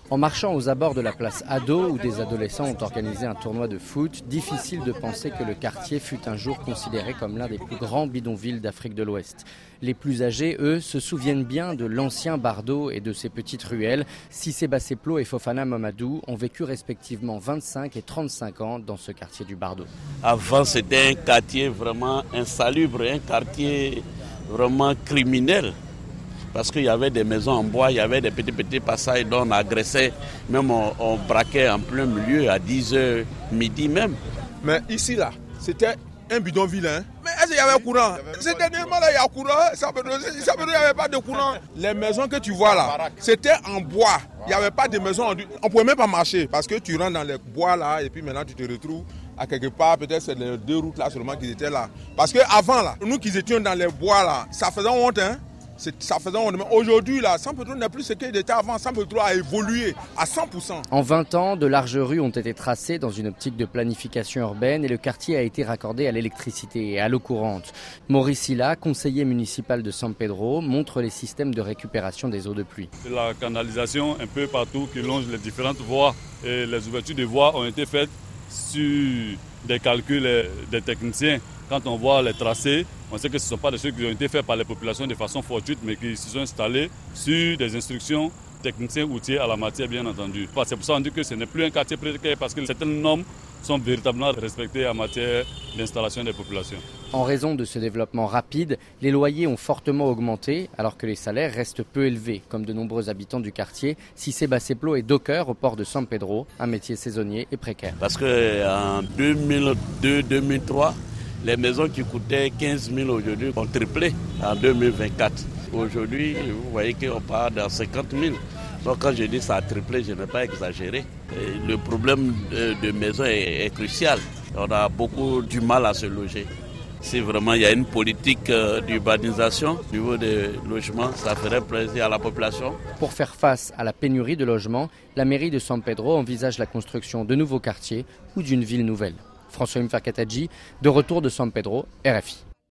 En marchant aux abords de la place Ado, où des adolescents ont organisé un tournoi de foot, difficile de penser que le quartier fut un jour considéré comme l'un des plus grands bidonvilles d'Afrique de l'Ouest. Les plus âgés, eux, se souviennent bien de l'ancien Bardo et de ses petites ruelles. Cissé Basseplo et Fofana Mamadou ont vécu respectivement 25 et 35 ans dans ce quartier du Bardo. Avant, c'était un quartier vraiment insalubre, un quartier vraiment criminel. Parce qu'il y avait des maisons en bois, il y avait des petits passages dont on agressait, même on braquait en plein milieu à 10h, midi même. Mais ici, là, c'était un bidonville. Mais est-ce qu'il y avait courant? C'était normal, il y a courant, ça veut dire qu'il n'y avait pas de courant. Les maisons que tu vois là, c'était en bois. Il n'y avait pas de maisons, on ne pouvait même pas marcher parce que tu rentres dans les bois là et puis maintenant tu te retrouves à quelque part, peut-être c'est les deux routes là seulement qui étaient là. Parce qu'avant là, nous qui étions dans les bois là, ça faisait honte, hein. Ça faisait honte. Mais aujourd'hui, là, San Pedro n'est plus ce qu'il était avant. San Pedro a évolué à 100%. En 20 ans, de larges rues ont été tracées dans une optique de planification urbaine et le quartier a été raccordé à l'électricité et à l'eau courante. Maurice Silla, conseiller municipal de San Pedro, montre les systèmes de récupération des eaux de pluie. La canalisation un peu partout qui longe les différentes voies et les ouvertures de voies ont été faites sur des calculs des techniciens. Quand on voit les tracés, on sait que ce ne sont pas des choses qui ont été faits par les populations de façon fortuite, mais qui se sont installés sur des instructions techniciens routiers à la matière, bien entendu. C'est pour ça qu'on dit que ce n'est plus un quartier précaire, parce que certaines normes sont véritablement respectées en matière d'installation des populations. En raison de ce développement rapide, les loyers ont fortement augmenté, alors que les salaires restent peu élevés, comme de nombreux habitants du quartier. Cissé Basseplo est docker au port de San Pedro, un métier saisonnier et précaire. Parce qu'en 2002-2003, les maisons qui coûtaient 15 000 aujourd'hui ont triplé en 2024. Aujourd'hui, vous voyez qu'on part dans 50 000. Donc quand je dis ça a triplé, je n'ai pas exagéré. Et le problème de maison est crucial. On a beaucoup du mal à se loger. Si vraiment il y a une politique d'urbanisation au niveau des logements, ça ferait plaisir à la population. Pour faire face à la pénurie de logements, la mairie de San Pedro envisage la construction de nouveaux quartiers ou d'une ville nouvelle. François Mferkatadji, de retour de San Pedro, RFI.